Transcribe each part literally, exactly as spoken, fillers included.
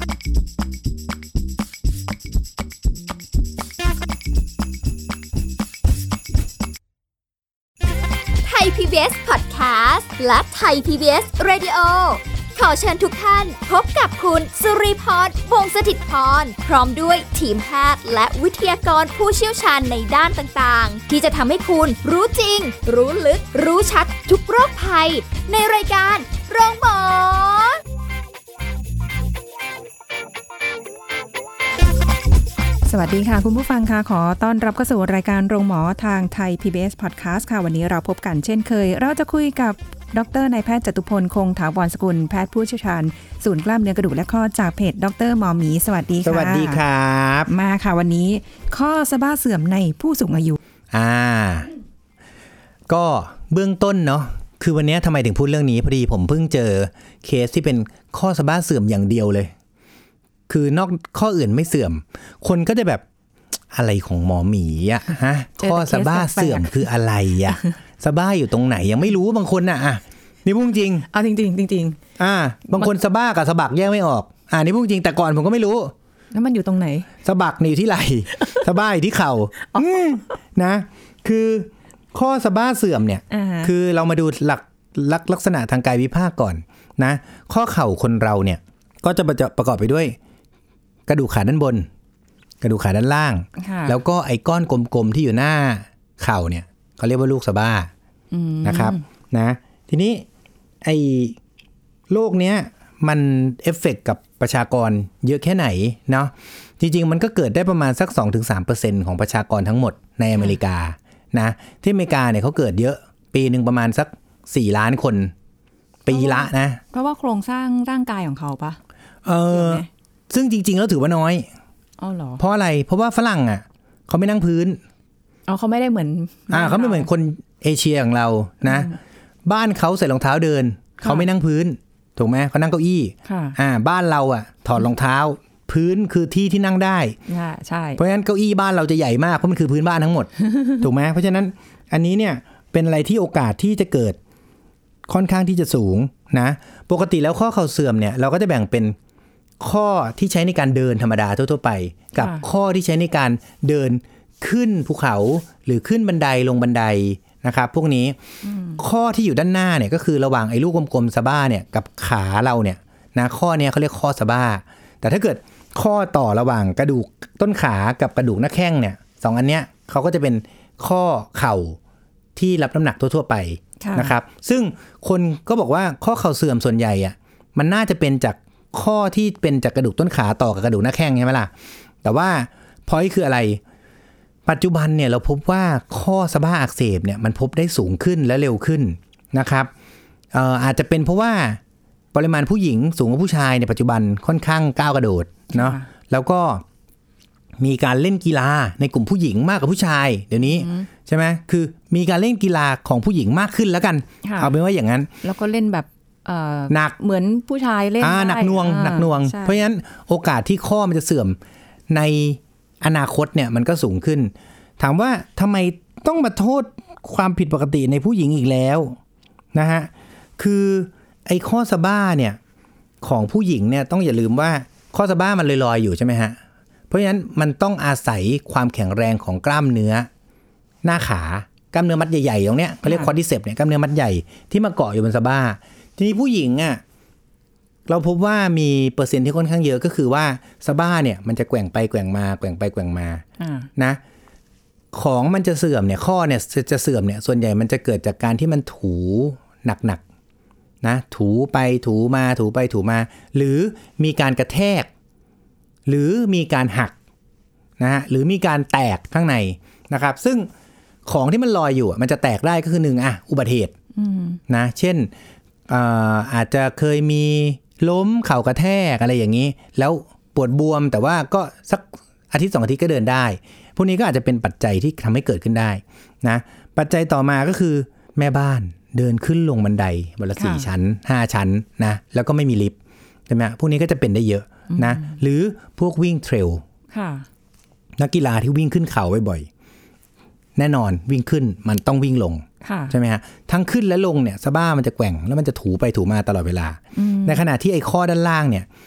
ไทย พี บี เอส Podcast และไทย พี บี เอส Radio ขอเชิญทุกท่านพบกับคุณสุริพร วงศ์สถิตพรพร้อมด้วยทีมแพทย์และวิทยากรผู้เชี่ยวชาญในด้านต่างๆที่จะทำให้คุณรู้จริงรู้ลึกรู้ชัดทุกโรคภัยในรายการโรงหมอสวัสดีค่ะคุณผู้ฟังค่ะขอต้อนรับเข้าสู่รายการโรงหมอทางไทย พี บี เอส Podcast ค่ะวันนี้เราพบกันเช่นเคยเราจะคุยกับดร.นายแพทย์จตุพลคงถาวรสกุลแพทย์ผู้เชี่ยวชาญศูนย์กล้ามเนื้อกระดูกและข้อจากเพจดร.หมอหมีสวัสดีค่ะสวัสดีครับมาค่ะวันนี้ข้อสะบ้าเสื่อมในผู้สูงอายุอ่าก็เบื้องต้นเนาะคือวันนี้ทำไมถึงพูดเรื่องนี้พอดีผมเพิ่งเจอเคสที่เป็นข้อสะบ้าเสื่อมอย่างเดียวเลยคือนอกข้ออื่นไม่เสื่อมคนก็จะแบบอะไรของหมอหมีอะฮะข้อสะบ้าเสื่อมคืออะไรอะสะบ้าอยู่ตรงไหนยังไม่รู้บางคนน่ะอ่ะนี่พูดจริงอ่ะจริงๆจริงๆอ่าบางคนสะบ้ากับสะบักแยกไม่ออกอ่านี่พูดจริงแต่ก่อนผมก็ไม่รู้แล้วมันอยู่ตรงไหนสะบักอยู่ที่ไหล่สะบ้าอยู่ที่เข่านะคือข้อสะบ้าเสื่อมเนี่ยคือเรามาดูหลักลักษณะทางกายวิภาคก่อนนะข้อเข่าคนเราเนี่ยก็จะประกอบไปด้วยกระดูกขาด้านบนกระดูกขาด้านล่างแล้วก็ไอ้ก้อนกลมๆที่อยู่หน้าเข่าเนี่ยเขาเรียกว่าลูกสะบ้านะครับนะทีนี้ไอ้โรคเนี้ยมันเอฟเฟกต์กับประชากรเยอะแค่ไหนเนาะจริงๆมันก็เกิดได้ประมาณสัก สองถึงสามเปอร์เซ็นต์ ของประชากรทั้งหมดในอเมริกานะที่อเมริกาเนี่ยเขาเกิดเยอะปีนึงประมาณสักสี่ล้านคนปีละนะเพราะว่าโครงสร้างร่างกายของเขาปะเออซึ่งจริงๆแล้วถือว่าน้อยอ๋อเหรอเพราะอะไรเพราะว่าฝรั่งอ่ะเขาไม่นั่งพื้นอ๋อเขาไม่ได้เหมือนอ่าเขาไม่เหมือนคนเอเชียอย่างเรานะบ้านเขาใส่รองเท้าเดินเขาไม่นั่งพื้นถูกไหมเขานั่งเก้าอี้อ่าบ้านเราอ่ะถอดรองเท้าพื้นคือที่ที่นั่งได้ใช่เพราะฉะนั้นเก้าอี้บ้านเราจะใหญ่มากเพราะมันคือพื้นบ้านทั้งหมด ถูกไหมเพราะฉะนั้นอันนี้เนี่ยเป็นอะไรที่โอกาสที่จะเกิดค่อนข้างที่จะสูงนะปกติแล้วข้อเข่าเสื่อมเนี่ยเราก็จะแบ่งเป็นข้อที่ใช้ในการเดินธรรมดาทั่วๆไปกับข้อที่ใช้ในการเดินขึ้นภูเขาหรือขึ้นบันไดลงบันไดนะครับพวกนี้ข้อที่อยู่ด้านหน้าเนี่ยก็คือระหว่างไอ้ลูกกลมๆสะบ้าเนี่ยกับขาเราเนี่ยนะข้อนี้เขาเรียกข้อสะบ้าแต่ถ้าเกิดข้อต่อระหว่างกระดูกต้นขากับกระดูกหน้าแข้งเนี่ยสองอันเนี้ยเขาก็จะเป็นข้อเข่าที่รับน้ำหนักทั่วๆไปนะครับซึ่งคนก็บอกว่าข้อเข่าเสื่อมส่วนใหญ่อ่ะมันน่าจะเป็นจากข้อที่เป็นจากกระดูกต้นขาต่อกับกระดูกหน้าแข้งใช่ไหมล่ะแต่ว่าพอยต์คืออะไรปัจจุบันเนี่ยเราพบว่าข้อสะบ้าอักเสบเนี่ยมันพบได้สูงขึ้นและเร็วขึ้นนะครับเอ่ออาจจะเป็นเพราะว่าปริมาณผู้หญิงสูงกว่าผู้ชายในปัจจุบันค่อนข้างก้าวกระโดดเนาะแล้วก็มีการเล่นกีฬาในกลุ่มผู้หญิงมากกว่าผู้ชายเดี๋ยวนี้ใช่ไหมคือมีการเล่นกีฬาของผู้หญิงมากขึ้นแล้วกันเอาเป็นว่าอย่างนั้นแล้วก็เล่นแบบหนักเหมือนผู้ชายเล่นได้หนักหน่วงหนักหน่วงเพราะฉะนั้นโอกาสที่ข้อมันจะเสื่อมในอนาคตเนี่ยมันก็สูงขึ้นถามว่าทำไมต้องมาโทษความผิดปกติในผู้หญิงอีกแล้วนะฮะคือไอ้ข้อสะบ้าเนี่ยของผู้หญิงเนี่ยต้องอย่าลืมว่าข้อสะบ้ามันลอยๆอยู่ใช่ไหมฮะเพราะฉะนั้นมันต้องอาศัยความแข็งแรงของกล้ามเนื้อหน้าขากล้ามเนื้อมัดใหญ่ๆตรงเนี้ยเขาเรียกคอร์ดิเซปเนี่ยกล้ามเนื้อมัดใหญ่ที่มาเกาะอยู่บนสะบ้าทีนี้ผู้หญิงอ่ะเราพบว่ามีเปอร์เซ็นต์ที่ค่อนข้างเยอะก็คือว่าสะบ้าเนี่ยมันจะแกว่งไปแกว่งมาแกว่งไปแกว่งมานะของมันจะเสื่อมเนี่ยข้อเนี่ยจะเสื่อมเนี่ยส่วนใหญ่มันจะเกิดจากการที่มันถูหนักๆนะถูไปถูมาถูไปถูมาหรือมีการกระแทกหรือมีการหักนะฮะหรือมีการแตกข้างในนะครับซึ่งของที่มันลอยอยู่มันจะแตกได้ก็คือหนึ่งอ่ะอุบัติเหตุนะเช่นอาจจะเคยมีล้มเข่ากระแทกอะไรอย่างนี้แล้วปวดบวมแต่ว่าก็สักอาทิตย์สองอาทิตย์ก็เดินได้พวกนี้ก็อาจจะเป็นปัจจัยที่ทำให้เกิดขึ้นได้นะปัจจัยต่อมาก็คือแม่บ้านเดินขึ้นลงบันไดวันละสี่ชั้นห้าชั้นนะแล้วก็ไม่มีลิฟต์ใช่ไหมพวกนี้ก็จะเป็นได้เยอะนะหรือพวกวิ่งเทรลนักกีฬาที่วิ่งขึ้นเขาบ่อยๆแน่นอนวิ่งขึ้นมันต้องวิ่งลงใช่ไหมฮะทั้งขึ้นและลงเนี่ยสะบ้ามันจะแกว่งแล้วมันจะถูไปถูมาตลอดเวลาในขณะที่ไอ้ข้อด้านล่างเนี่ย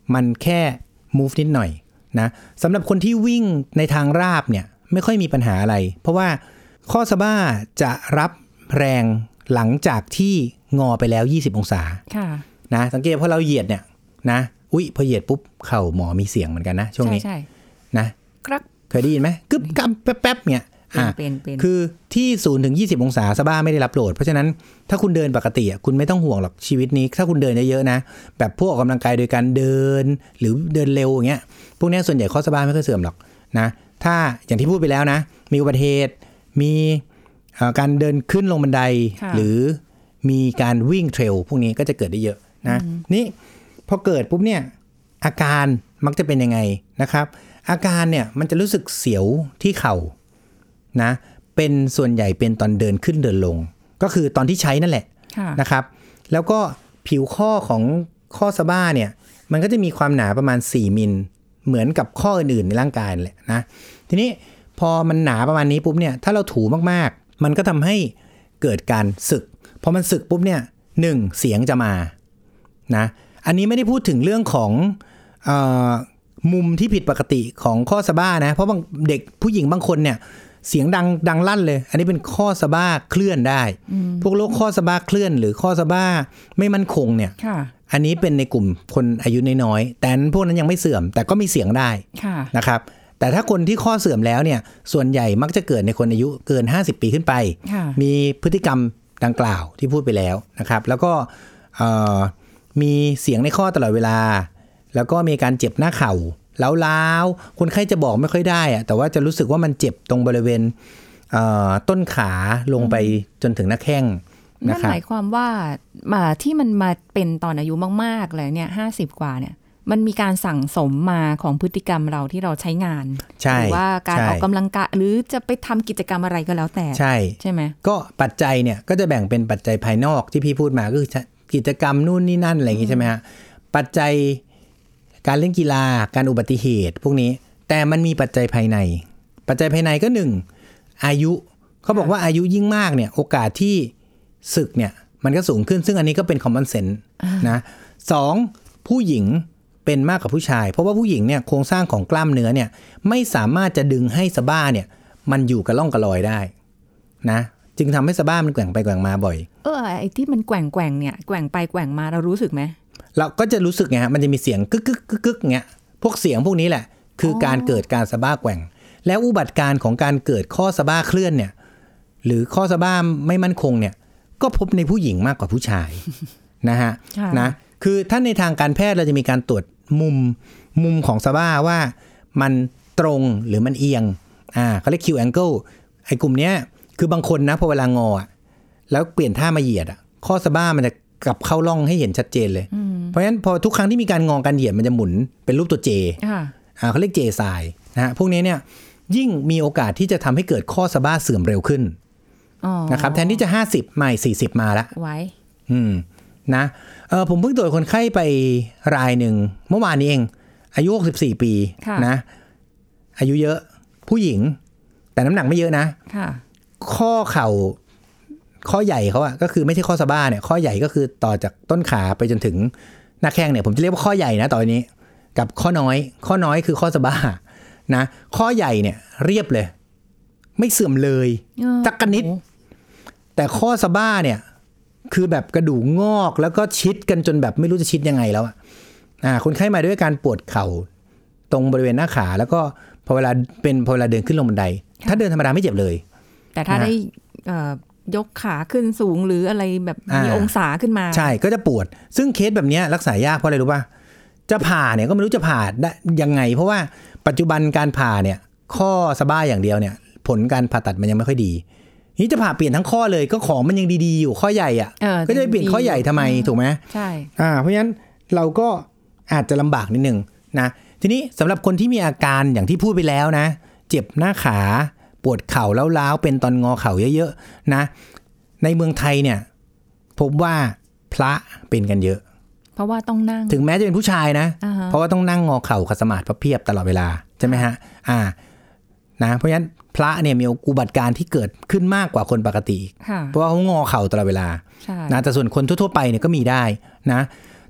มันแค่ move นิดหน่อยนะสำหรับคนที่วิ่งในทางราบเนี่ยไม่ค่อยมีปัญหาอะไรเพราะว่าข้อสะบ้าจะรับแรงหลังจากที่งอไปแล้วยี่สิบองศานะสังเกตพอเราเหยียดเนี่ยนะอุ๊ยพอเหยียดปุ๊บเข่าหมอมีเสียงเหมือนกันนะช่วงนี้นะครับเคยได้ยินไหมกึบกำแป๊บๆเนี่ยอ่าคือที่ศูนย์ถึงยี่สิบองศาสะบ้าไม่ได้รับโหลดเพราะฉะนั้นถ้าคุณเดินปกติอ่ะคุณไม่ต้องห่วงหรอกชีวิตนี้ถ้าคุณเดินเยอะๆนะแบบพวกออกกำลังกายโดยการเดินหรือเดินเร็วอย่างเงี้ยพวกนี้ส่วนใหญ่ข้อสะบ้าไม่ค่อยเสื่อมหรอกนะถ้าอย่างที่พูดไปแล้วนะมีอุบัติเหตุมีการเดินขึ้นลงบันไดหรือมีการวิ่งเทรลพวกนี้ก็จะเกิดได้เยอะนะนี่พอเกิดปุ๊บเนี่ยอาการมักจะเป็นยังไงนะครับอาการเนี่ยมันจะรู้สึกเสียวที่เข่านะเป็นส่วนใหญ่เป็นตอนเดินขึ้นเดินลงก็คือตอนที่ใช้นั่นแหละนะครับแล้วก็ผิวข้อของข้อสะบ้าเนี่ยมันก็จะมีความหนาประมาณสี่มิลเหมือนกับข้ออื่นๆในร่างกายแหละนะทีนี้พอมันหนาประมาณนี้ปุ๊บเนี่ยถ้าเราถูมากๆมันก็ทำให้เกิดการสึกพอมันสึกปุ๊บเนี่ยหนึ่งเสียงจะมานะอันนี้ไม่ได้พูดถึงเรื่องของเอ่อมุมที่ผิดปกติของข้อสะบ้านะเพราะบางเด็กผู้หญิงบางคนเนี่ยเสียงดังดังลั่นเลยอันนี้เป็นข้อสะบ้าเคลื่อนได้พวกโรคข้อสะบ้าเคลื่อนหรือข้อสะบ้าไม่มั่นคงเนี่ยอันนี้เป็นในกลุ่มคนอายุน้อยๆแต่พวกนั้นยังไม่เสื่อมแต่ก็มีเสียงได้นะครับแต่ถ้าคนที่ข้อเสื่อมแล้วเนี่ยส่วนใหญ่มักจะเกิดในคนอายุเกินห้าสิบปีขึ้นไปมีพฤติกรรมดังกล่าวที่พูดไปแล้วนะครับแล้วก็มีเสียงในข้อตลอดเวลาแล้วก็มีการเจ็บหน้าเข่าล้าวๆคนไข้จะบอกไม่ค่อยได้อะแต่ว่าจะรู้สึกว่ามันเจ็บตรงบริเวณต้นขาลงไปจนถึงหน้าแข้งนั่นหมายความว่าที่มันมาเป็นตอนอายุมากๆเลยเนี่ยห้าสิบกว่าเนี่ยมันมีการสั่งสมมาของพฤติกรรมเราที่เราใช้งานหรือว่าการออกกำลังกายหรือจะไปทำกิจกรรมอะไรก็แล้วแต่ใช่ใช่ไหมก็ปัจจัยเนี่ยก็จะแบ่งเป็นปัจจัยภายนอกที่พี่พูดมาก็คือกิจกรรมนู่นนี่นั่นอะไรอย่างงี้ใช่ไหมฮะปัจจัยการเล่นกีฬาการอุบัติเหตุพวกนี้แต่มันมีปัจจัยภายในปัจจัยภายในก็หนึ่งอายุเขาบอกว่าอายุยิ่งมากเนี่ยโอกาสที่สึกเนี่ยมันก็สูงขึ้นซึ่งอันนี้ก็เป็น common sense นะสองผู้หญิงเป็นมากกว่าผู้ชายเพราะว่าผู้หญิงเนี่ยโครงสร้างของกล้ามเนื้อเนี่ยไม่สามารถจะดึงให้สะบ้าเนี่ยมันอยู่กับร่องกระลอยได้นะจึงทำให้สะบ้ามันแกว่งไปแกว่งมาบ่อยเออไอ้ที่มันแกว่งแกว่งเนี่ยแกว่งไปแกว่งมาเรารู้สึกไหมเราก็จะรู้สึกไงฮะมันจะมีเสียงกึกกึกกึกกึกเงี้ยพวกเสียงพวกนี้แหละคือการเกิดการสะบ้าแกว่งแล้วอุบัติการของการเกิดข้อสะบ้าเคลื่อนเนี่ยหรือข้อสะบ้าไม่มั่นคงเนี่ยก็พบในผู้หญิงมากกว่าผู้ชาย นะฮะนะคือถ้าในทางการแพทย์เราจะมีการตรวจมุมมุมของสะบ้าว่ามันตรงหรือมันเอียงอ่าเขาเรียก Q angle ไอ้กลุ่มเนี้ยคือบางคนนะพอเวลางอแล้วเปลี่ยนท่ามาเหยียดอ่ะข้อสะบ้ามันจะกลับเข้าร่องให้เห็นชัดเจนเลยเพราะฉะนั้นพอทุกครั้งที่มีการงอการเหยียดมันจะหมุนเป็นรูปตัวเจอ่าเขาเรียกเจไซน์นะฮะพวกนี้เนี่ยยิ่งมีโอกาสที่จะทำให้เกิดข้อสะบ้าเสื่อมเร็วขึ้นนะครับแทนที่จะห้าสิบใหม่สี่สิบมาแล้วไว้อืมนะเออผมเพิ่งตรวจคนไข้ไปรายหนึ่งเมื่อวานนี้เองอายุหกสิบสี่ปีนะอายุเยอะผู้หญิงแต่น้ำหนักไม่เยอะนะข้อเข่าข้อใหญ่เขาอะก็คือไม่ใช่ข้อสะบ้าเนี่ยข้อใหญ่ก็คือต่อจากต้นขาไปจนถึงหน้าแข้งเนี่ยผมจะเรียกว่าข้อใหญ่นะตอนนี้กับข้อน้อยข้อน้อยคือข้อสะบ้านะข้อใหญ่เนี่ยเรียบเลยไม่เสื่อมเลยจักกะนิดแต่ข้อสะบ้าเนี่ยคือแบบกระดูกงอกแล้วก็ชิดกันจนแบบไม่รู้จะชิดยังไงแล้วอะอ่าคนไข้มาด้วยการปวดเข่าตรงบริเวณหน้าขาแล้วก็พอเวลาเป็นพอเวลาเดินขึ้นลงบันไดถ้าเดินธรรมดาไม่เจ็บเลยแต่ถ้าได้ยกขาขึ้นสูงหรืออะไรแบบมีองศาขึ้นมาใช่ก็จะปวดซึ่งเคสแบบนี้รักษายากเพราะอะไรรู้ป่ะจะผ่าเนี่ยก็ไม่รู้จะผ่าได้ยังไงเพราะว่าปัจจุบันการผ่าเนี่ยข้อสะบ้าอย่างเดียวเนี่ยผลการผ่าตัดมันยังไม่ค่อยดีนี่จะผ่าเปลี่ยนทั้งข้อเลยก็ของมันยังดีๆอยู่ข้อใหญ่อ่ะก็จะไปเปลี่ยนข้อใหญ่ทำไมถูกไหมใช่อ่าเพราะฉะนั้นเราก็อาจจะลำบากนิดนึงนะทีนี้สำหรับคนที่มีอาการอย่างที่พูดไปแล้วนะเจ็บหน้าขาปวดเข่าล้าวๆเป็นตอนงอเข่าเยอะๆนะในเมืองไทยเนี่ยพบว่าพระเป็นกันเยอะเพราะว่าต้องนั่งถึงแม้จะเป็นผู้ชายนะ uh-huh. เพราะว่าต้องนั่งงอเข่าขัดสมาธิพระเพียบตลอดเวลาใช่ไหมฮะอ่านะเพราะฉะนั้นพระเนี่ยมีอุบัติการที่เกิดขึ้นมากกว่าคนปกติเพราะว่าเขางอเข่าตลอดเวลานะแต่ส่วนคนทั่วๆไปเนี่ยก็มีได้นะ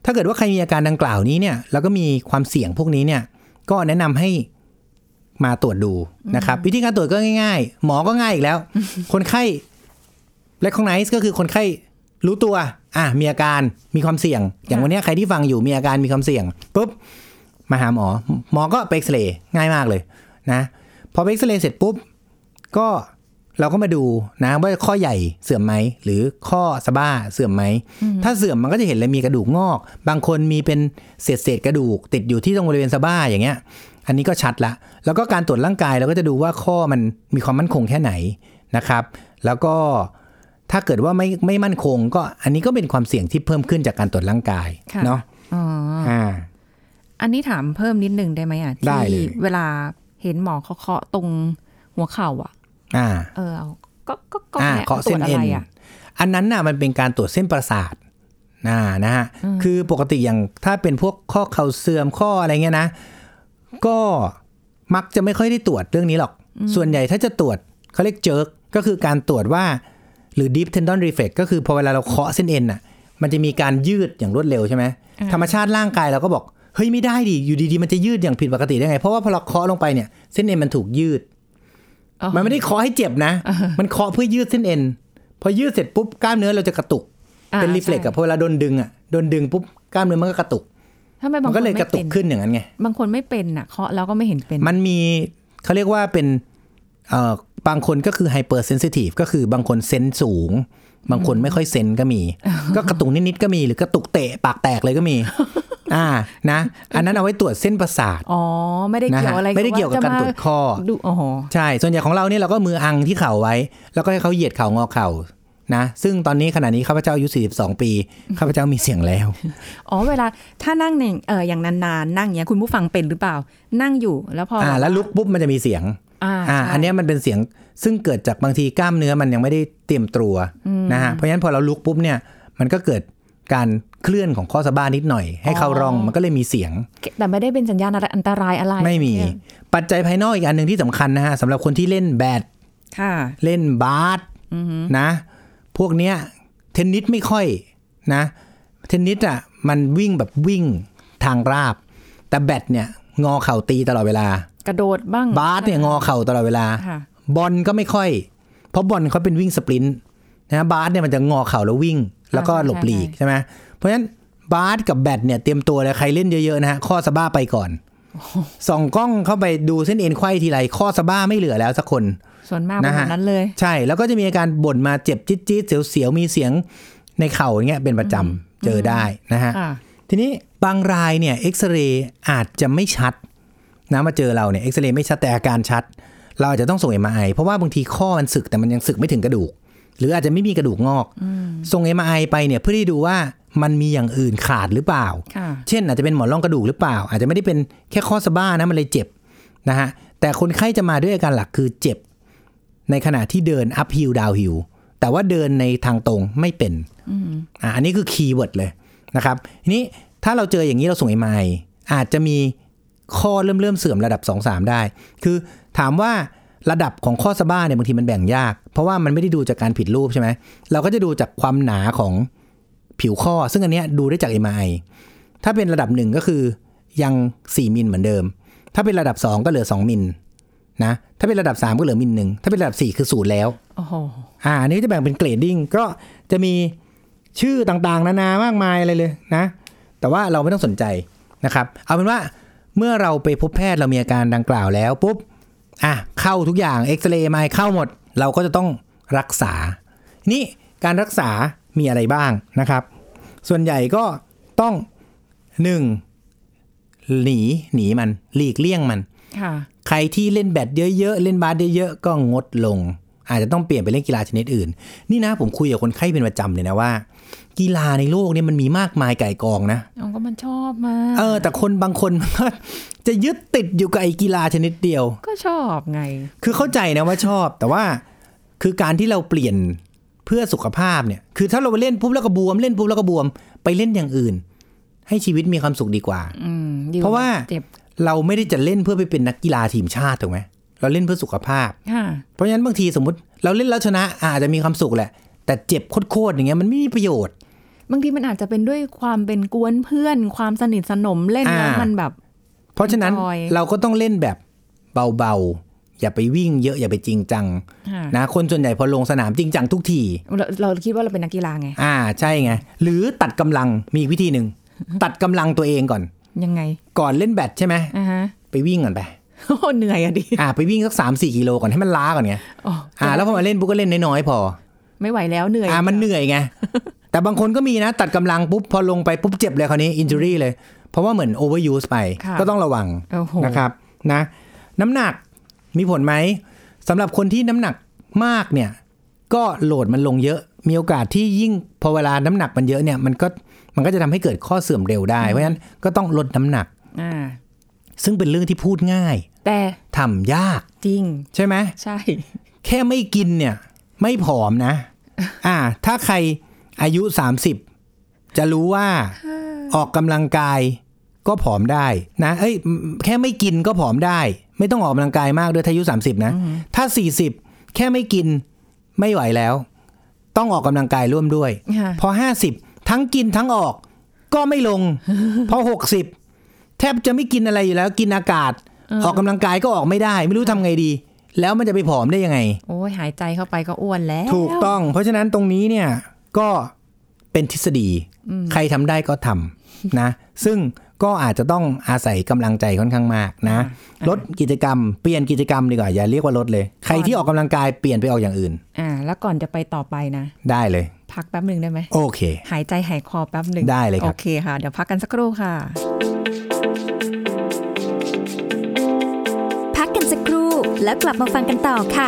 ถ้าเกิดว่าใครมีอาการดังกล่าวนี้เนี่ยแล้วก็มีความเสี่ยงพวกนี้เนี่ยก็แนะนำให้มาตรวจดูนะครับวิธีการตรวจก็ง่ายๆหมอก็ง่ายอีกแล้ว คนไข้ recognize ก็คือคนไข้รู้ตัวอ่ะมีอาการมีความเสี่ยงอย่างวันนี้ใครที่ฟังอยู่มีอาการมีความเสี่ยงปุ๊บมาหาหมอหมอก็ไปเอ็กซเรย์ง่ายมากเลยนะพอไปเอ็กซเรย์เสร็จปุ๊บก็เราก็มาดูนะว่าข้อใหญ่เสื่อมไหมหรือข้อสะบ้าเสื่อมไหมถ้าเสื่อมมันก็จะเห็นเลยมีกระดูกงอกบางคนมีเป็นเศษเศษกระดูกติดอยู่ที่ตรงบริเวณสะบ้าอย่างเงี้ยอันนี้ก็ชัดละแล้วก็การตรวจร่างกายเราก็จะดูว่าข้อมันมีความมั่นคงแค่ไหนนะครับแล้วก็ถ้าเกิดว่าไม่ไม่มั่นคงก็อันนี้ก็เป็นความเสี่ยงที่เพิ่มขึ้นจากการตรวจร่างกายเนาะอ๋ออ่าอันนี้ถามเพิ่มนิดนึงได้ไหมอ่ะที่เวลาเห็นหมอเคาะตรงหัวเข่าอ่ะอ่าเออก็ก็ก็เคาะเส้นเอ็นอันนั้นน่ะมันเป็นการตรวจเส้นประสาทนะนะฮะคือปกติอย่างถ้าเป็นพวกข้อเข่าเสื่อมข้ออะไรเงี้ยนะก็มักจะไม่ค่อยได้ตรวจเรื่องนี้หรอกส่วนใหญ่ถ้าจะตรวจเขาเรียกเจิร์กก็คือการตรวจว่าหรือ deep tendon reflex ก็คือพอเวลาเราเคาะเส้นเอ็นน่ะมันจะมีการยืดอย่างรวดเร็วใช่ไหมธรรมชาติร่างกายเราก็บอกเฮ้ยไม่ได้ดิอยู่ดีๆมันจะยืดอย่างผิดปกติได้ไงเพราะว่าพอเราเคาะลงไปเนี่ยเส้นเอ็นมันถูกยืดมันไม่ได้เคาะให้เจ็บนะมันเคาะเพื่อยืดเส้นเอ็นพอยืดเสร็จปุ๊บกล้ามเนื้อเราจะกระตุกเป็น reflex อะพอเวลาโดนดึงอะโดนดึงปุ๊บกล้ามเนื้อมันก็กระตุกมันก็เลยกระตุกขึ้นอย่างนั้นไงบางคนไม่เป็นอะเคาะแล้วก็ไม่เห็นเป็นมันมีเขาเรียกว่าเป็นเอ่อบางคนก็คือ hyper sensitive ก็คือบางคนเซนส์สูงบางคนไม่ค่อยเซนก็มีก็กระตุกนิดๆก็มีหรือกระตุกเตะปากแตกเลยก็มีอ่านะอันนั้นเอาไว้ตรวจเส้นประสาทอ๋อไม่ได้เกี่ยวอะไรไม่ได้เกี่ยวกับการตรวจข้ออ๋อใช่ส่วนใหญ่ของเราเนี่ยเราก็มืออังที่เข่าไว้แล้วก็ให้เขาเหยียดเข่างอเข่านะซึ่งตอนนี้ขณะนี้ข้าพเจ้าอายุสี่สิบสองปีข้าพเจ้ามีเสียงแล้วอ๋อเวลาถ้านั่งเนี่ยเอออย่างนานๆนั่งเงี้ยคุณผู้ฟังเป็นหรือเปล่านั่งอยู่แล้วพออ่าแล้วลุกปุ๊บมันจะมีเสียงอ่าอันนี้มันเป็นเสียงซึ่งเกิดจากบางทีกล้ามเนื้อมันยังไม่ได้เตรียมตัวนะฮะเพราะฉะนั้นพอเราลุกปุ๊บเนี่ยมันก็เกิดการเคลื่อนของข้อสะบ้านิดหน่อยให้เข้าร่องมันก็เลยมีเสียงแต่ไม่ได้เป็นสัญญาณอันตรายอะไรไม่มีปัจจัยภายนอกอีกอันนึงที่สำคัญนะฮะสำหรับคนที่เล่นแบดเล่นบาสนะพวกเนี้ยเทนนิสไม่ค่อยนะเทนนิสอ่ะมันวิ่งแบบวิ่งทางราบแต่แบดเนี่ยงอเข่าตีตลอดเวลากระโดดบ้างบาสเนี่ยงอเข่าตลอดเวลาบอลก็ไม่ค่อยเพราะบอลเขาเป็นวิ่งสปรินต์นะบาสเนี่ยมันจะงอเข่าแล้ววิ่งแล้วก็หลบหลีกใช่ไหมเพราะฉะนั้นบาสกับแบดเนี่ยเตรียมตัวเลยใครเล่นเยอะๆนะฮะข้อสะบ้าไปก่อนส่องกล้องเข้าไปดูเส้นเอ็นไขว้ทีไรข้อสะบ้าไม่เหลือแล้วสักคนส่วนมากแบบนั้นเลยใช่แล้วก็จะมีอาการบ่นมาเจ็บจี๊ดๆเสียวๆมีเสียงในเข่าอย่างเงี้ยเป็นประจำเจอได้นะฮะทีนี้บางรายเนี่ยเอ็กซเรย์อาจจะไม่ชัดนะมาเจอเราเนี่ยเอ็กซเรย์ไม่ชัดแต่อาการชัดเราอาจจะต้องส่ง เอ็ม อาร์ ไอ เพราะว่าบางทีข้อมันสึกแต่มันยังสึกไม่ถึงกระดูกหรืออาจจะไม่มีกระดูกงอกส่ง เอ็ม อาร์ ไอ ไปเนี่ยเพื่อที่ดูว่ามันมีอย่างอื่นขาดหรือเปล่าเช่นอาจจะเป็นหมอนรองกระดูกหรือเปล่าอาจจะไม่ได้เป็นแค่ข้อสะบ้านะมันเลยเจ็บนะฮะแต่คนไข้จะมาด้วยอาการหลักคือเจ็บในขณะที่เดิน up hill down hill แต่ว่าเดินในทางตรงไม่เป็นอ่าอันนี้คือคีย์เวิร์ดเลยนะครับทีนี้ถ้าเราเจออย่างนี้เราส่ง เอ็ม อาร์ ไอ อาจจะมีข้อเริ่มเริ่มเสื่อมระดับ สอง สาม ได้คือถามว่าระดับของข้อสะบ้าเนี่ยบางทีมันแบ่งยากเพราะว่ามันไม่ได้ดูจากการผิดรูปใช่ไหมเราก็จะดูจากความหนาของผิวข้อซึ่งอันเนี้ยดูได้จาก เอ็ม อาร์ ไอ ถ้าเป็นระดับหนึ่งก็คือยังสี่มิลเหมือนเดิมถ้าเป็นระดับสองก็เหลือสองมิลนะถ้าเป็นระดับสามก็เหลือมิลหนึ่งถ้าเป็นระดับสี่คือศูนย์แล้วโอ้โหอ่าอันนี้จะแบ่งเป็นเกรดดิ้งก็จะมีชื่อต่างๆนานามากมายอะไรเลยนะแต่ว่าเราไม่ต้องสนใจนะครับเอาเป็นว่าเมื่อเราไปพบแพทย์เรามีอาการดังกล่าวแล้วปุ๊บอ่ะเข้าทุกอย่างเอ็กซเรย์มาเข้าหมดเราก็จะต้องรักษานี่การรักษามีอะไรบ้างนะครับส่วนใหญ่ก็ต้องหนึ่งหนีหนีมันหลีกเลี่ยงมันใครที่เล่นแบดเยอะๆเล่นบาสเยอะๆก็งดลงอาจจะต้องเปลี่ยนไปเล่นกีฬาชนิดอื่นนี่นะผมคุยกับคนไข้เป็นประจำเลยนะว่ากีฬาในโลกนี้มันมีมากมายไก่กองนะอ๋อก็มันชอบมาเออแต่คนบางคนมันก็จะยึดติดอยู่กับไอ้กีฬาชนิดเดียวก็ชอบไงคือเข้าใจนะว่าชอบแต่ว่าคือการที่เราเปลี่ยนเพื่อสุขภาพเนี่ยคือถ้าเราไปเล่นปุ๊บแล้วก็บวมเล่นปุ๊บแล้วก็บวมไปเล่นอย่างอื่นให้ชีวิตมีความสุขดีกว่าเพราะว่าเราไม่ได้จะเล่นเพื่อไปเป็นนักกีฬาทีมชาติถูกไหมเราเล่นเพื่อสุขภาพเพราะฉะนั้นบางทีสมมติเราเล่นแล้วชนะอาจจะมีความสุขแหละแต่เจ็บโคตรๆอย่างเงี้ยมันไม่มีประโยชน์บางทีมันอาจจะเป็นด้วยความเป็นกวนเพื่อนความสนิทสนมเล่นแล้วมันแบบเพราะฉะนั้นเราก็ต้องเล่นแบบเบาๆอย่าไปวิ่งเยอะอย่าไปจริงจังนะคนส่วนใหญ่พอลงสนามจริงจังทุกทีเราเราคิดว่าเราเป็นนักกีฬาไงอ่าใช่ไงหรือตัดกำลังมีอีกวิธีนึง ตัดกำลังตัวเองก่อนยังไงก่อนเล่นแบดใช่ไหมอ่าฮะไปวิ่งก่อนไปโอ้เหนื่อยอ่ะดิอ่าไปวิ่งสัก สามสี่ กิโลก่อนให้มันล้าก่อนไงอ่าแล้วพอมาเล่นปุ๊บก็เล่นน้อยๆพอไม่ไหวแล้วเหนื่อยอ่ามันเหนื่อยไงแต่บางคนก็มีนะตัดกำลังปุ๊บพอลงไปปุ๊บเจ็บเลยคราวนี้ injury เลยเพราะว่าเหมือน overuse ไปก็ต้องระวังนะครับนะน้ำหนักมีผลไหมสำหรับคนที่น้ำหนักมากเนี่ยก็โหลดมันลงเยอะมีโอกาสที่ยิ่งพอเวลาน้ำหนักมันเยอะเนี่ยมันก็มันก็จะทำให้เกิดข้อเสื่อมเร็วได้เพราะฉะนั้นก็ต้องลดน้ำหนักซึ่งเป็นเรื่องที่พูดง่ายแต่ทำยากจริงใช่ไหมใช่แค่ไม่กินเนี่ยไม่ผอมนะอ่าถ้าใครอายุสามสิบจะรู้ว่าออกกำลังกายก็ผอมได้นะเอ้ยแค่ไม่กินก็ผอมได้ไม่ต้องออกกำลังกายมากด้วยถ้าอายุสามสิบนะถ้าสี่สิบแค่ไม่กินไม่ไหวแล้วต้องออกกำลังกายร่วมด้วยพอห้าสิบทั้งกินทั้งออกก็ไม่ลงพอหกสิบแทบจะไม่กินอะไรอยู่แล้วกินอากาศออกกำลังกายก็ออกไม่ได้ไม่รู้ทำไงดีแล้วมันจะไปผอมได้ยังไงโอ้ยหายใจเข้าไปก็อ้วนแล้วถูกต้องเพราะฉะนั้นตรงนี้เนี่ยก็เป็นทฤษฎีใครทำได้ก็ทำนะซึ่งก็อาจจะต้องอาศัยกำลังใจค่อนข้างมากนะลดกิจกรรมเปลี่ยนกิจกรรมดีกว่าอย่าเรียกว่าลดเลยใครที่ออกกำลังกายเปลี่ยนไปออกอย่างอื่นอ่าแล้วก่อนจะไปต่อไปนะได้เลยพักแป๊บนึงได้ไหมโอเคหายใจหายคอแป๊บนึงได้เลยครับโอเคค่ะเดี๋ยวพักกันสักครู่ค่ะพักกันสักครู่แล้วกลับมาฟังกันต่อค่ะ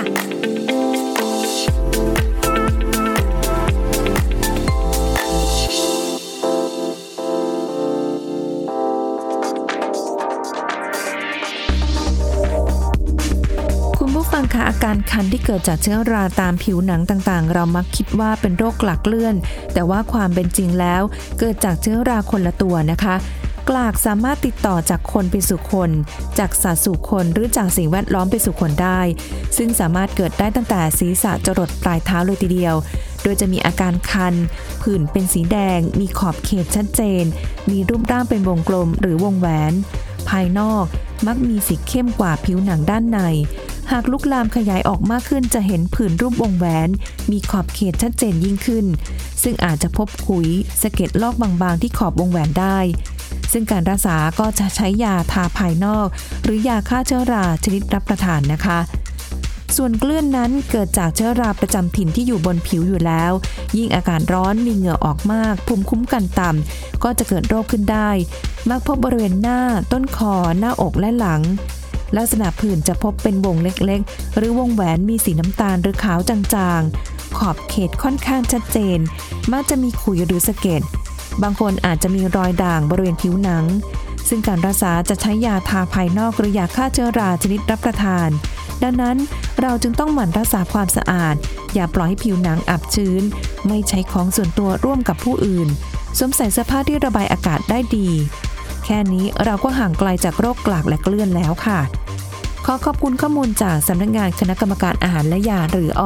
ฟังค่ะอาการคันที่เกิดจากเชื้อราตามผิวหนังต่างๆเรามักคิดว่าเป็นโรคกลากเลื่อนแต่ว่าความเป็นจริงแล้วเกิดจากเชื้อราคนละตัวนะคะกลากสามารถติดต่อจากคนไปสู่คนจากสัตว์สู่คนหรือจากสิ่งแวดล้อมไปสู่คนได้ซึ่งสามารถเกิดได้ตั้งแต่ศีรษะจรดปลายเท้าเลยทีเดียวโดยจะมีอาการคันผื่นเป็นสีแดงมีขอบเขตชัดเจนมีรูปร่างเป็นวงกลมหรือวงแหวนภายนอกมักมีสีเข้มกว่าผิวหนังด้านในหากลุกลามขยายออกมากขึ้นจะเห็นผื่นรูปวงแหวนมีขอบเขตชัดเจนยิ่งขึ้นซึ่งอาจจะพบขุยสะเก็ดลอกบางๆที่ขอบวงแหวนได้ซึ่งการรักษาก็จะใช้ยาทาภายนอกหรือยาฆ่าเชื้อราชนิดรับประทานนะคะส่วนเกลื่อนนั้นเกิดจากเชื้อราประจำถิ่นที่อยู่บนผิวอยู่แล้วยิ่งอากาศร้อนมีเหงื่อออกมากภูมิคุ้มกันต่ำก็จะเกิดโรคขึ้นได้มักพบบริเวณหน้าต้นคอหน้าอกและหลังลักษณะผื่นจะพบเป็นวงเล็กๆหรือวงแหวนมีสีน้ำตาลหรือขาวจางๆขอบเขตค่อนข้างชัดเจนมักจะมีขุยหรือสะเก็ดบางคนอาจจะมีรอยด่างบริเวณผิวหนังซึ่งการรักษาจะใช้ยาทาภายนอกหรือยาฆ่าเชื้อราชนิดรับประทานดังนั้นเราจึงต้องหมั่นรักษาความสะอาดอย่าปล่อยให้ผิวหนังอับชื้นไม่ใช้ของส่วนตัวร่วมกับผู้อื่นสวมใส่เสื้อผ้าที่ระบายอากาศได้ดีแค่นี้เราก็ห่างไกลจากโรคกลากและเกลื่อนแล้วค่ะขอขอบคุณข้อมูลจากสำนักงานคณะกรรมการอาหารและยาหรืออย.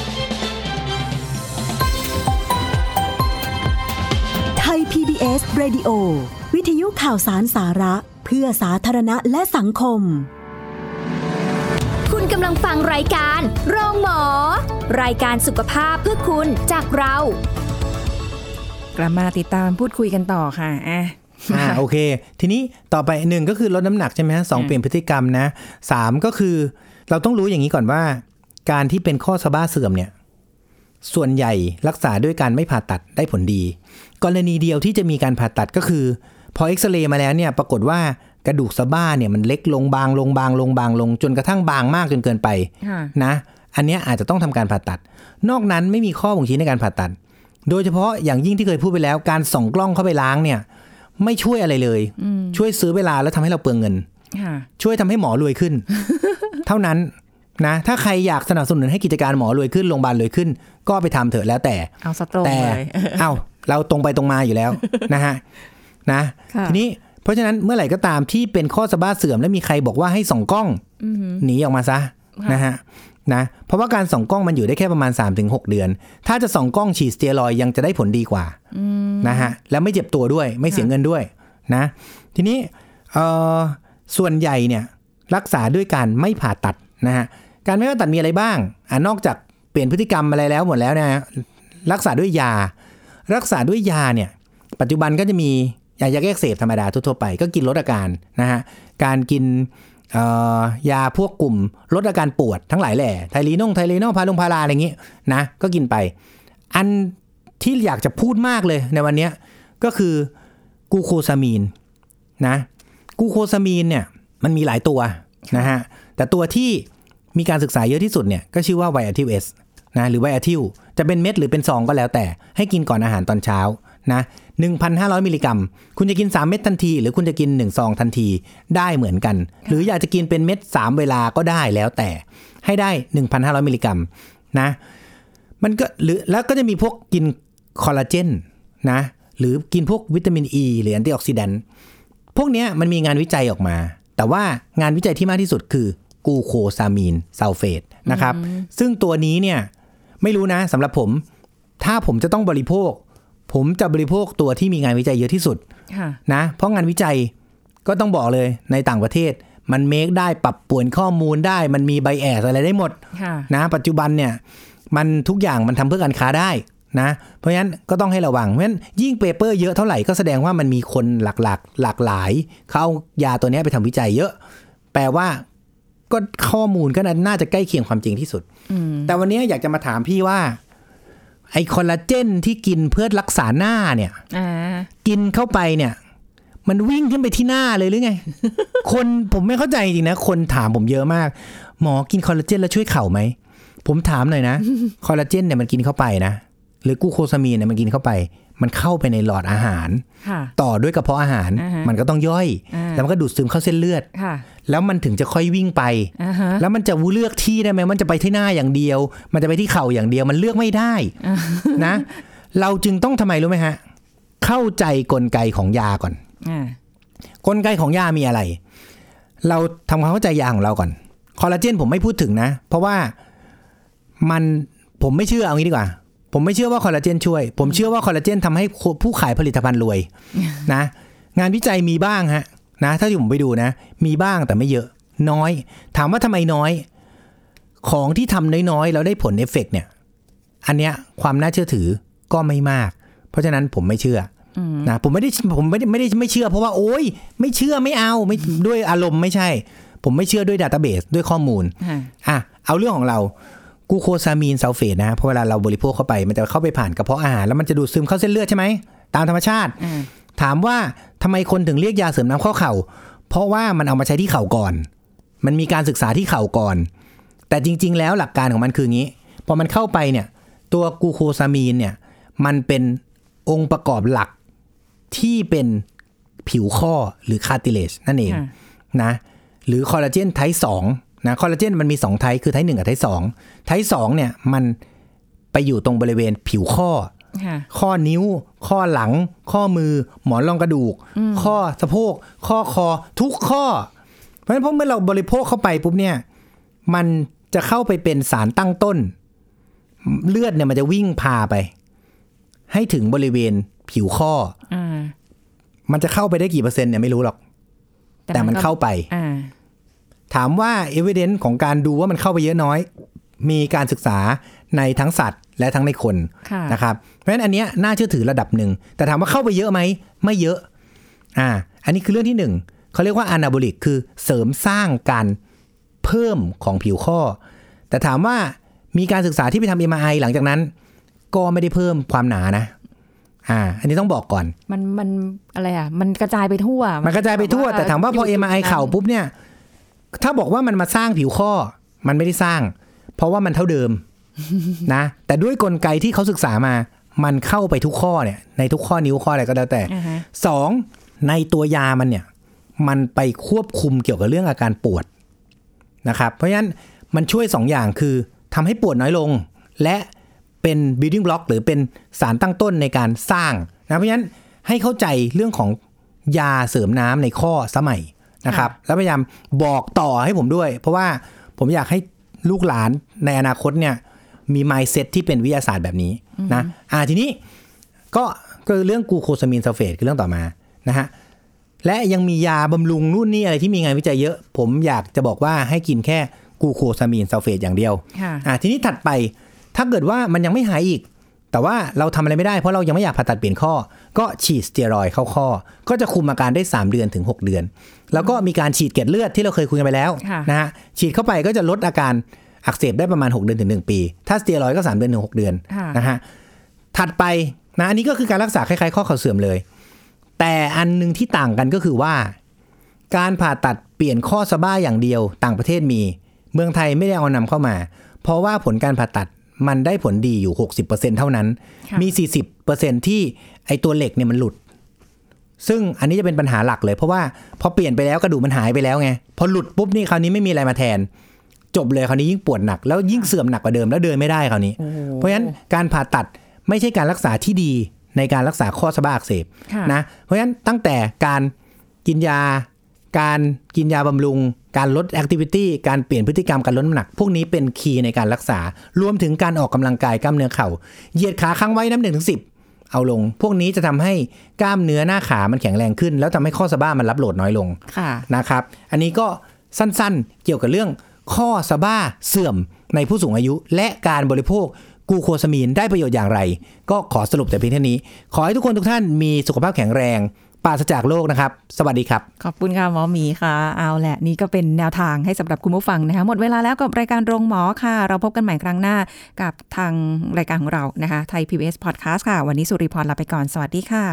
ไทย พี บี เอส Radio วิทยุข่าวสารสาระเพื่อสาธารณะและสังคมคุณกำลังฟังรายการโรงหมอรายการสุขภาพเพื่อคุณจากเรากลับมาติดตามพูดคุยกันต่อค่ะอ่ะอ่าโอเคทีนี้ต่อไปหนึ่งก็คือลดน้ำหนักใช่ไหมฮะสองเปลี่ยนพฤติกรรมนะสามก็คือเราต้องรู้อย่างนี้ก่อนว่าการที่เป็นข้อสะบ้าเสื่อมเนี่ยส่วนใหญ่รักษาด้วยการไม่ผ่าตัดได้ผลดีกรณีเดียวที่จะมีการผ่าตัดก็คือพอเอ็กซเรย์มาแล้วเนี่ยปรากฏว่ากระดูกสะบ้าเนี่ยมันเล็กลงบางลงบางลงบางลงจนกระทั่งบางมากจนเกินไปนะอันนี้อาจจะต้องทำการผ่าตัดนอกนั้นไม่มีข้อบ่งชี้ในการผ่าตัดโดยเฉพาะอย่างยิ่งที่เคยพูดไปแล้วการส่องกล้องเข้าไปล้างเนี่ยไม่ช่วยอะไรเลยช่วยซื้อเวลาแล้วทำให้เราเปลืองเงินช่วยทำให้หมอรวยขึ้น เท่านั้นนะถ้าใครอยากสนับสนุนให้กิจการหมอรวยขึ้นโรงพยาบาลรวยขึ้นก็ไปทำเถอะแล้วแต่เอาสตรงเลยเอาเราตรงไปตรงมาอยู่แล้ว นะฮะนะทีนี้เพราะฉะนั้นเมื่อไหร่ก็ตามที่เป็นข้อสะบ้าเสื่อมและมีใครบอกว่าให้ส่องกล้องหนีออกมาซะนะฮะนะเพราะว่าการส่องกล้องมันอยู่ได้แค่ประมาณ สามถึงหก เดือนถ้าจะส่องกล้องฉีดสเตียรอยด์ยังจะได้ผลดีกว่านะฮะแล้วไม่เจ็บตัวด้วยไม่เสียเงินด้วยนะทีนี้ส่วนใหญ่เนี่ยรักษาด้วยการไม่ผ่าตัดนะฮะการไม่ผ่าตัดมีอะไรบ้างอ่ะนอกจากเปลี่ยนพฤติกรรมอะไรแล้วหมดแล้วเนี่ยรักษาด้วยยารักษาด้วยยาเนี่ยปัจจุบันก็จะมียายาแก้อักเสบธรรมดาทั่วๆไปก็กินลดอาการนะฮะการกินยาพวกกลุ่มลดอาการปวดทั้งหลายแหล่ไทลีนงไทลีนอลพาลงพาราอะไรอย่างงี้นะก็กินไปอันที่อยากจะพูดมากเลยในวันนี้ก็คือกูโคซามีนนะกูโคซามีนเนี่ยมันมีหลายตัวนะฮะแต่ตัวที่มีการศึกษาเยอะที่สุดเนี่ยก็ชื่อว่าไวอาทิลเอสนะหรือไวอาทิลจะเป็นเม็ดหรือเป็นซองก็แล้วแต่ให้กินก่อนอาหารตอนเช้านะ หนึ่งพันห้าร้อย มิลลิกรัมคุณจะกินสามเม็ดทันทีหรือคุณจะกินหนึ่งซองทันทีได้เหมือนกันหรืออยากจะกินเป็นเม็ดสามเวลาก็ได้แล้วแต่ให้ได้ หนึ่งพันห้าร้อย มิลลิกรัมนะมันก็หรือแล้วก็จะมีพวกกินคอลลาเจนนะหรือกินพวกวิตามินอีหรือแอนตี้ออกซิแดนต์พวกนี้มันมีงานวิจัยออกมาแต่ว่างานวิจัยที่มากที่สุดคือกูโคซามีนซัลเฟตนะครับซึ่งตัวนี้เนี่ยไม่รู้นะสำหรับผมถ้าผมจะต้องบริโภคผมจะบริโภคตัวที่มีงานวิจัยเยอะที่สุดนะเพราะงานวิจัยก็ต้องบอกเลยในต่างประเทศมันเมคได้ปรับป่วนข้อมูลได้มันมีไบแอสอะไรได้หมดนะปัจจุบันเนี่ยมันทุกอย่างมันทำเพื่อการค้าได้นะเพราะฉะนั้นก็ต้องให้ระวังเพราะฉะนั้นยิ่งเปเปอร์เยอะเท่าไหร่ก็แสดงว่ามันมีคนหลักๆหลากหลายเขาเอายาตัวนี้ไปทำวิจัยเยอะแปลว่าก็ข้อมูลก็น่าจะใกล้เคียงความจริงที่สุดแต่วันนี้อยากจะมาถามพี่ว่าไอคอลลาเจนที่กินเพื่อรักษาหน้าเนี่ยกินเข้าไปเนี่ยมันวิ่งขึ้นไปที่หน้าเลยหรือไง คนผมไม่เข้าใจจริงนะคนถามผมเยอะมากหมอกินคอลลาเจนแล้วช่วยเข่าไหมผมถามหน่อยนะ คอลลาเจนเนี่ยมันกินเข้าไปนะหรือกูโคซามีนเนี่ยมันกินเข้าไปมันเข้าไปในหลอดอาหารต่อด้วยกระเพาะอาหารมันก็ต้องย่อยแล้วมันก็ดูดซึมเข้าเส้นเลือดแล้วมันถึงจะค่อยวิ่งไปแล้วมันจะเลือกที่ได้ไหมมันจะไปที่หน้าอย่างเดียวมันจะไปที่เข่าอย่างเดียวมันเลือกไม่ได้นะเราจึงต้องทำไมรู้ไหมฮะเข้าใจกลไกของยาก่อนกลไกของยามีอะไรเราทำความเข้าใจยาของเราก่อนคอลลาเจนผมไม่พูดถึงนะเพราะว่ามันผมไม่เชื่อเอางี้ดีกว่าผมไม่เชื่อว่าคอลลาเจนช่วยผมเชื่อว่าคอลลาเจนทำให้ผู้ขายผลิตภัณฑ์รวยนะงานวิจัยมีบ้างฮะนะถ้าที่ผมไปดูนะมีบ้างแต่ไม่เยอะน้อยถามว่าทำไมน้อยของที่ทำน้อยๆแล้วได้ผลเอฟเฟกต์เนี่ยอันเนี้ยความน่าเชื่อถือก็ไม่มากเพราะฉะนั้นผมไม่เชื่อนะผมไม่ได้ผมไม่ได้ไม่ได้ไม่เชื่อเพราะว่าโอ๊ยไม่เชื่อไม่เอาไม่ด้วยอารมณ์ไม่ใช่ผมไม่เชื่อด้วยดัตต้าเบสด้วยข้อมูลอ่ะเอาเรื่องของเรากูโคซามีนซัลเฟตนะเพราะเวลาเราบริโภคเข้าไปมันจะเข้าไปผ่านกระเพาะอาหารแล้วมันจะดูดซึมเข้าเส้นเลือดใช่ไหมตามธรรมชาติถามว่าทำไมคนถึงเรียกยาเสริมน้ำข้อเข่าเพราะว่ามันเอามาใช้ที่เข่าก่อนมันมีการศึกษาที่เข่าก่อนแต่จริงๆแล้วหลักการของมันคืองี้พอมันเข้าไปเนี่ยตัวกูโคซามีนเนี่ยมันเป็นองค์ประกอบหลักที่เป็นผิวข้อหรือคาร์ติเลจนั่นเองนะหรือคอลลาเจนไทป์สองนะคอลลาเจนมันมีสองไทป์คือไทป์หนึ่งกับไทป์สองไทป์สองเนี่ยมันไปอยู่ตรงบริเวณผิวข้อข้อนิ้วข้อหลังข้อมือหมอนรองกระดูกข้อสะโพกข้อคอทุกข้อเพราะฉะนั้นพอเมื่อเราบริโภคเข้าไปปุ๊บเนี่ยมันจะเข้าไปเป็นสารตั้งต้นเลือดเนี่ยมันจะวิ่งพาไปให้ถึงบริเวณผิวข้อมันจะเข้าไปได้กี่เปอร์เซ็นต์เนี่ยไม่รู้หรอกแต่มันเข้าไปถามว่า evidence ของการดูว่ามันเข้าไปเยอะน้อยมีการศึกษาในทั้งสัตว์และทั้งในคนนะครับเพราะฉะนั้นอันเนี้ยน่าเชื่อถือระดับหนึ่งแต่ถามว่าเข้าไปเยอะไหมไม่เยอะอ่าอันนี้คือเรื่องที่หนึ่งเขาเรียกว่า anabolic คือเสริมสร้างการเพิ่มของผิวข้อแต่ถามว่ามีการศึกษาที่ไปทำ เอ็ม อาร์ ไอ หลังจากนั้นก็ไม่ได้เพิ่มความหนานะอ่าอันนี้ต้องบอกก่อนมันมันอะไรอ่ะมันกระจายไปทั่วมันกระจายไปทั่วแต่ถามว่าพอ เอ็ม อาร์ ไอ เข่าปุ๊บเนี่ยถ้าบอกว่ามันมาสร้างผิวข้อมันไม่ได้สร้างเพราะว่ามันเท่าเดิม นะแต่ด้วยกลไกที่เขาศึกษามามันเข้าไปทุกข้อเนี่ยในทุกข้อนิ้วข้ออะไรก็แล้วแต่ uh-huh. สองในตัวยามันเนี่ยมันไปควบคุมเกี่ยวกับเรื่องอาการปวดนะครับเพราะฉะนั้นมันช่วยสองอย่างคือทำให้ปวดน้อยลงและเป็น building block หรือเป็นสารตั้งต้นในการสร้างนะเพราะฉะนั้นให้เข้าใจเรื่องของยาเสริมน้ำในข้อสมัยนะครับแล้วพยายามบอกต่อให้ผมด้วยเพราะว่าผมอยากให้ลูกหลานในอนาคตเนี่ยมี mindset ที่เป็นวิทยาศาสตร์แบบนี้นะอ่าทีนี้ก็ก็เรื่องกลูโคซามีนซัลเฟตคือเรื่องต่อมานะฮะและยังมียาบำรุงนู่นนี่อะไรที่มีงานวิจัยเยอะผมอยากจะบอกว่าให้กินแค่กลูโคซามีนซัลเฟตอย่างเดียวอ่าทีนี้ถัดไปถ้าเกิดว่ามันยังไม่หายอีกแต่ว่าเราทำอะไรไม่ได้เพราะเรายังไม่อยากผ่าตัดเปลี่ยนข้อก็ฉีดสเตียรอยด์เข้าข้อก็จะคุมอาการได้สามเดือนถึงหกเดือนแล้วก็มีการฉีดเกล็ดเลือดที่เราเคยคุยกันไปแล้วนะฮะฉีดเข้าไปก็จะลดอาการอักเสบได้ประมาณหกเดือนถึงหนึ่งปีถ้าสเตียรอยด์ก็สามเดือนถึงหกเดือนนะฮะถัดไปนะอันนี้ก็คือการรักษาคล้ายๆข้อเข่าเสื่อมเลยแต่อันนึงที่ต่างกันก็คือว่าการผ่าตัดเปลี่ยนข้อสะบ้าอย่างเดียวต่างประเทศมีเมืองไทยไม่ได้เอานำเข้ามาเพราะว่าผลการผ่าตัดมันได้ผลดีอยู่ หกสิบเปอร์เซ็นต์ เท่านั้นมี สี่สิบเปอร์เซ็นต์ ที่ไอตัวเหล็กเนี่ยมันหลุดซึ่งอันนี้จะเป็นปัญหาหลักเลยเพราะว่าพอเปลี่ยนไปแล้วกระดูกมันหายไปแล้วไงพอหลุดปุ๊บนี่คราวนี้ไม่มีอะไรมาแทนจบเลยคราวนี้ยิ่งปวดหนักแล้วยิ่งเสื่อมหนักกว่าเดิมแล้วเดินไม่ได้คราวนี้เพราะฉะนั้นการผ่าตัดไม่ใช่การรักษาที่ดีในการรักษาข้อสะบ้าอักเสบนะเพราะฉะนั้นตั้งแต่การกินยาการกินยาบำรุงการลดแอคทิวิตี้การเปลี่ยนพฤติกรรมการลดน้ำหนักพวกนี้เป็นคีย์ในการรักษารวมถึงการออกกำลังกายกล้ามเนื้อเข่าเหยียดขาค้างไว้น้ำหนึ่งถึงสิบเอาลงพวกนี้จะทำให้กล้ามเนื้อหน้าขามันแข็งแรงขึ้นแล้วทำให้ข้อสะบ้ามันรับโหลดน้อยลงนะครับอันนี้ก็สั้นๆเกี่ยวกับเรื่องข้อสะบ้าเสื่อมในผู้สูงอายุและการบริโภคกลูโคซามีนได้ประโยชน์อย่างไรก็ขอสรุปแต่เพียงเท่านี้ขอให้ทุกคนทุกท่านมีสุขภาพแข็งแรงปราศจากโรคนะครับสวัสดีครับขอบคุณค่ะหมอหมีค่ะเอาแหละนี่ก็เป็นแนวทางให้สำหรับคุณผู้ฟังนะคะหมดเวลาแล้วกับรายการโรงหมอค่ะเราพบกันใหม่ครั้งหน้ากับทางรายการของเรานะคะไทย พี บี เอส Podcast ค่ะวันนี้สุริพรลาไปก่อนสวัสดีค่ะ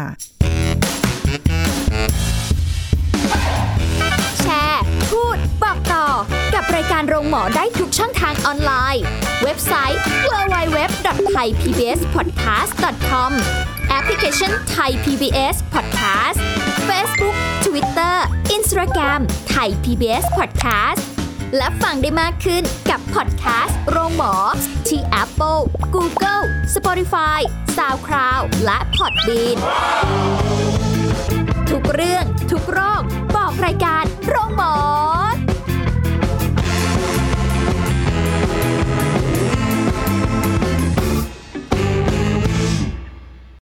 แชร์พูดบอกต่อกับรายการโรงหมอได้ทุกช่องทางออนไลน์เว็บไซต์ ดับเบิลยู ดับเบิลยู ดับเบิลยู ดอท ไทย พี บี เอส พอดแคสต์ ดอท คอม แอปพลิเคชัน Thai พี บี เอส Podcast Facebook Twitter Instagram Thai พี บี เอส Podcast และฟังได้มากขึ้นกับพอดแคสต์โรงหมอที่ Apple, Google, Spotify, SoundCloud และ Podbean